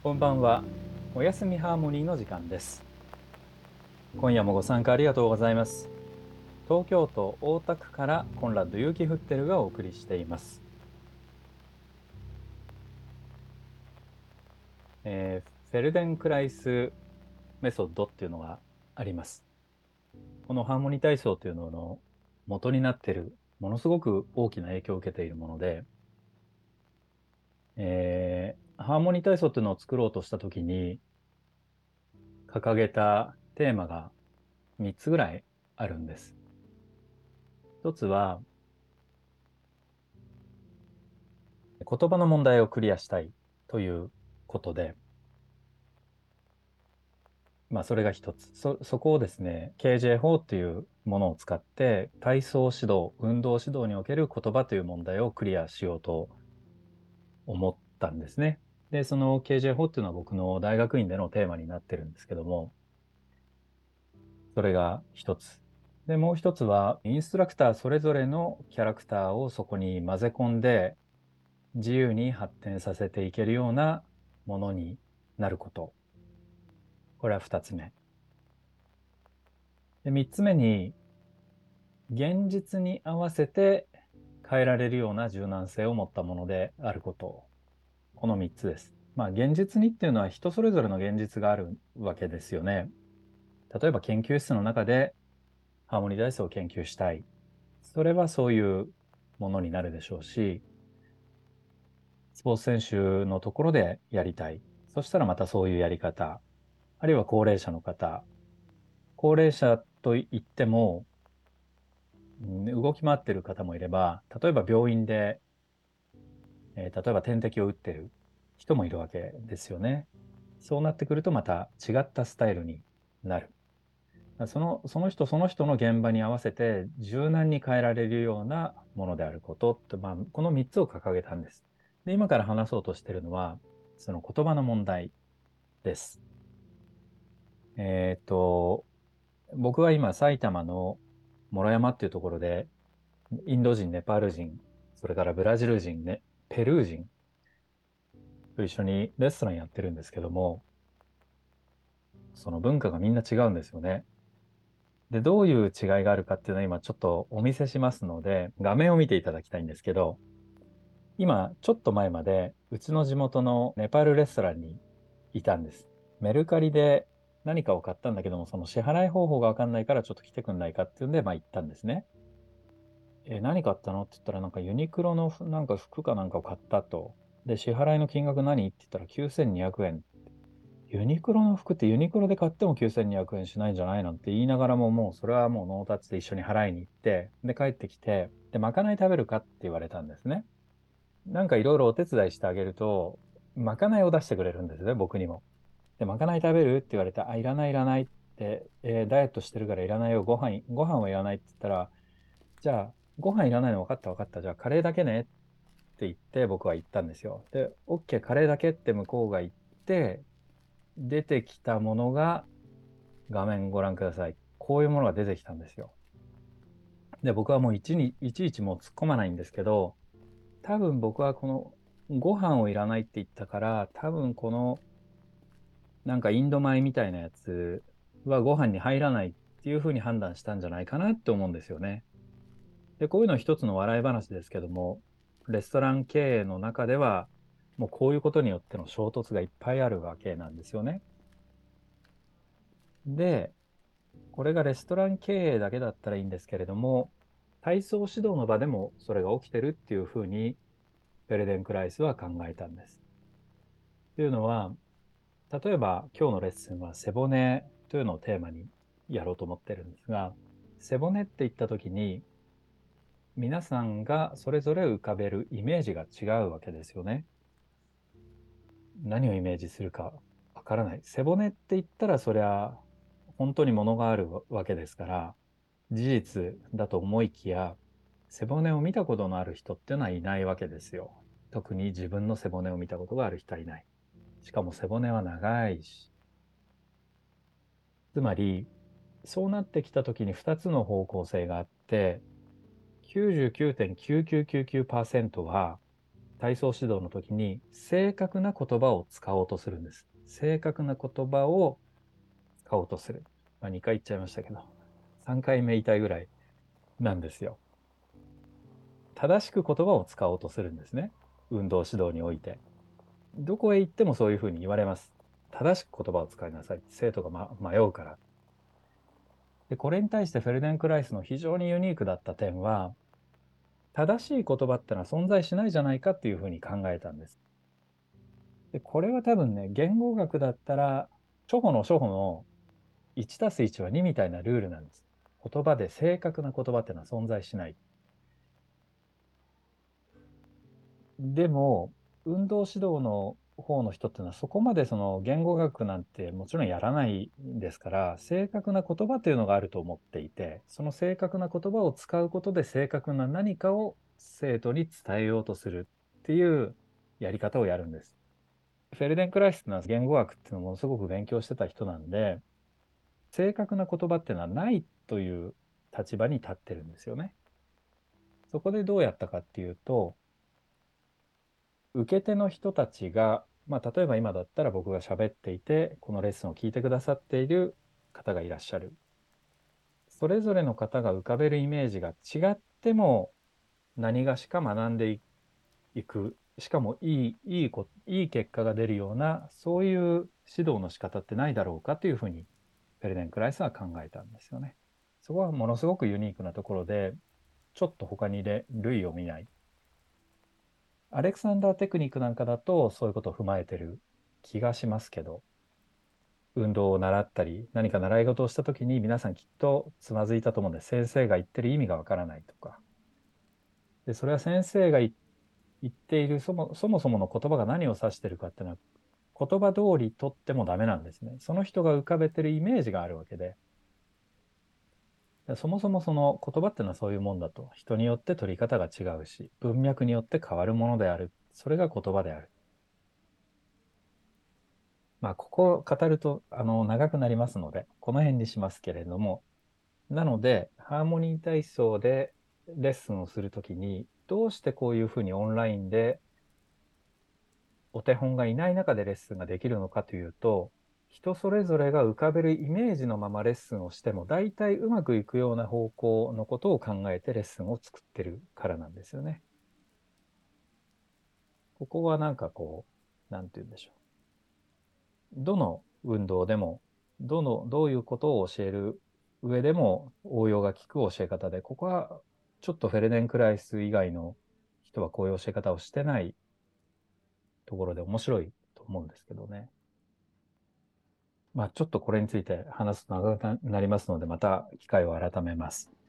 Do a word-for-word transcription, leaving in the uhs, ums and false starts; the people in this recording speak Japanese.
こんばんは。おやすみハーモニーの時間です。今夜もご参加ありがとうございます。東京都大田区からコンラッド結城フッテルがお送りしています。えーフェルデンクライスメソッドっていうのがあります。このハーモニー体操というのの元になっている、ものすごく大きな影響を受けているもので、えーハーモニー体操っていうのを作ろうとしたときに掲げたテーマがみっつぐらいあるんです。一つは、言葉の問題をクリアしたいということで、まあそれが一つ。そ、そこをですね、ケージェー 法っていうものを使って体操指導、運動指導における言葉という問題をクリアしようと思ったんですね。で、その ケージェー 法っていうのは僕の大学院でのテーマになってるんですけども、それが一つ。で、もう一つは、インストラクターそれぞれのキャラクターをそこに混ぜ込んで、自由に発展させていけるようなものになること。これは二つ目。で、三つ目に、現実に合わせて変えられるような柔軟性を持ったものであること。この三つです。まあ、現実にっていうのは人それぞれの現実があるわけですよね。例えば研究室の中でハーモニーダイスを研究したい。それはそういうものになるでしょうし、スポーツ選手のところでやりたい。そしたらまたそういうやり方。あるいは高齢者の方。高齢者といっても、うん動き回っている方もいれば、例えば病院で、えー例えば点滴を打っている人もいるわけですよね。そうなってくるとまた違ったスタイルになる。その、その人その人の現場に合わせて柔軟に変えられるようなものであることって、まあ、このみっつを掲げたんです。で、今から話そうとしているのは、その言葉の問題です。えっと、僕は今埼玉の諸山っていうところで、インド人、ネパール人、それからブラジル人、ね、ペルー人と一緒にレストランやってるんですけども、その文化がみんな違うんですよね。で、どういう違いがあるかっていうのは今ちょっとお見せしますので、画面を見ていただきたいんですけど、今ちょっと前までうちの地元のネパールレストランにいたんです。メルカリで何かを買ったんだけども、その支払い方法がわかんないからちょっと来てくんないかっていうんで、まあ行ったんですね。え、何買ったのって言ったらなんかユニクロのふなんか服かなんかを買ったと。で、支払いの金額何って言ったらきゅうせんにひゃくえん。ユニクロの服ってユニクロで買ってもきゅうせんにひゃくえんしないんじゃないなんて言いながらももうそれはもうノータッチで一緒に払いに行って、で帰ってきて、で、まかない食べるかって言われたんですね。なんかいろいろお手伝いしてあげると、まかないを出してくれるんですね、僕にも。で、まかない食べるって言われて、あ、いらないいらないって、えーダイエットしてるからいらないよ、ご飯、ご飯はいらないって言ったら、じゃあ、ご飯いらないの分かった分かった。じゃあ、カレーだけねって言って僕は言ったんですよ。で、OK、カレーだけって向こうが言って、出てきたものが画面ご覧ください。こういうものが出てきたんですよ。で、僕はもういちに、いちいちもう突っ込まないんですけど、多分僕はこのご飯をいらないって言ったから、多分このなんかインド米みたいなやつはご飯に入らないっていうふうに判断したんじゃないかなって思うんですよね。で、こういうの一つの笑い話ですけども、レストラン経営の中では、もうこういうことによっての衝突がいっぱいあるわけなんですよね。で、これがレストラン経営だけだったらいいんですけれども、体操指導の場でもそれが起きてるっていうふうに、フェルデンクライスは考えたんです。というのは、例えば今日のレッスンは背骨というのをテーマにやろうと思ってるんですが、背骨って言ったときに、皆さんがそれぞれ浮かべるイメージが違うわけですよね。何をイメージするかわからない。背骨って言ったらそりゃ本当にものがあるわけですから、事実だと思いきや、背骨を見たことのある人っていうのはいないわけですよ。特に自分の背骨を見たことがある人はいない。しかも背骨は長いし。つまり、そうなってきたときにふたつの方向性があって、きゅうじゅうきゅうてんきゅうきゅうきゅうきゅうパーセントは体操指導の時に正確な言葉を使おうとするんです。正確な言葉を使おうとする。まあ、にかい言っちゃいましたけど、さんかいめ言いたいぐらいなんですよ。正しく言葉を使おうとするんですね。運動指導において。どこへ行ってもそういうふうに言われます。正しく言葉を使いなさい。生徒が、ま、迷うから。で、これに対してフェルデンクライスの非常にユニークだった点は、正しい言葉ってのは存在しないじゃないかっていうふうに考えたんです。で、これは多分ね、言語学だったら、初歩の初歩のいちたすいちはにみたいなルールなんです。言葉で正確な言葉っていうのは存在しない。でも、運動指導の方の人っていうのはそこまでその言語学なんてもちろんやらないんですから、正確な言葉というのがあると思っていて、その正確な言葉を使うことで正確な何かを生徒に伝えようとするっていうやり方をやるんです。フェルデンクライスっていうのは言語学っていうのをものすごく勉強してた人なんで、正確な言葉っていうのはないという立場に立ってるんですよね。そこでどうやったかっていうと、受け手の人たちが、まあ、例えば今だったら僕が喋っていて、このレッスンを聞いてくださっている方がいらっしゃる。それぞれの方が浮かべるイメージが違っても何がしか学んでいく、しかもいい、いいこ、いい結果が出るような、そういう指導の仕方ってないだろうかというふうに、フェルデンクライスは考えたんですよね。そこはものすごくユニークなところで、ちょっと他に類を見ない。アレクサンダーテクニックなんかだとそういうことを踏まえてる気がしますけど、運動を習ったり、何か習い事をしたときに皆さんきっとつまずいたと思うんです。先生が言ってる意味がわからないとか。で、それは先生が言っているそも、そもそもの言葉が何を指しているかっていうのは、言葉通りとってもダメなんですね。その人が浮かべてるイメージがあるわけで、そもそもその言葉っていうのはそういうもんだと。人によって取り方が違うし、文脈によって変わるものである。それが言葉である。まあ、ここを語ると、あの、長くなりますので、この辺にしますけれども、なので、ハーモニー体操でレッスンをするときに、どうしてこういうふうにオンラインでお手本がいない中でレッスンができるのかというと、人それぞれが浮かべるイメージのままレッスンをしても、大体うまくいくような方向のことを考えてレッスンを作ってるからなんですよね。ここはなんかこう、なんて言うんでしょう。どの運動でも、どの、どういうことを教える上でも応用が効く教え方で、ここはちょっとフェルデンクライス以外の人はこういう教え方をしてないところで面白いと思うんですけどね。まあちょっとこれについて話すと長くなりますので、また機会を改めます。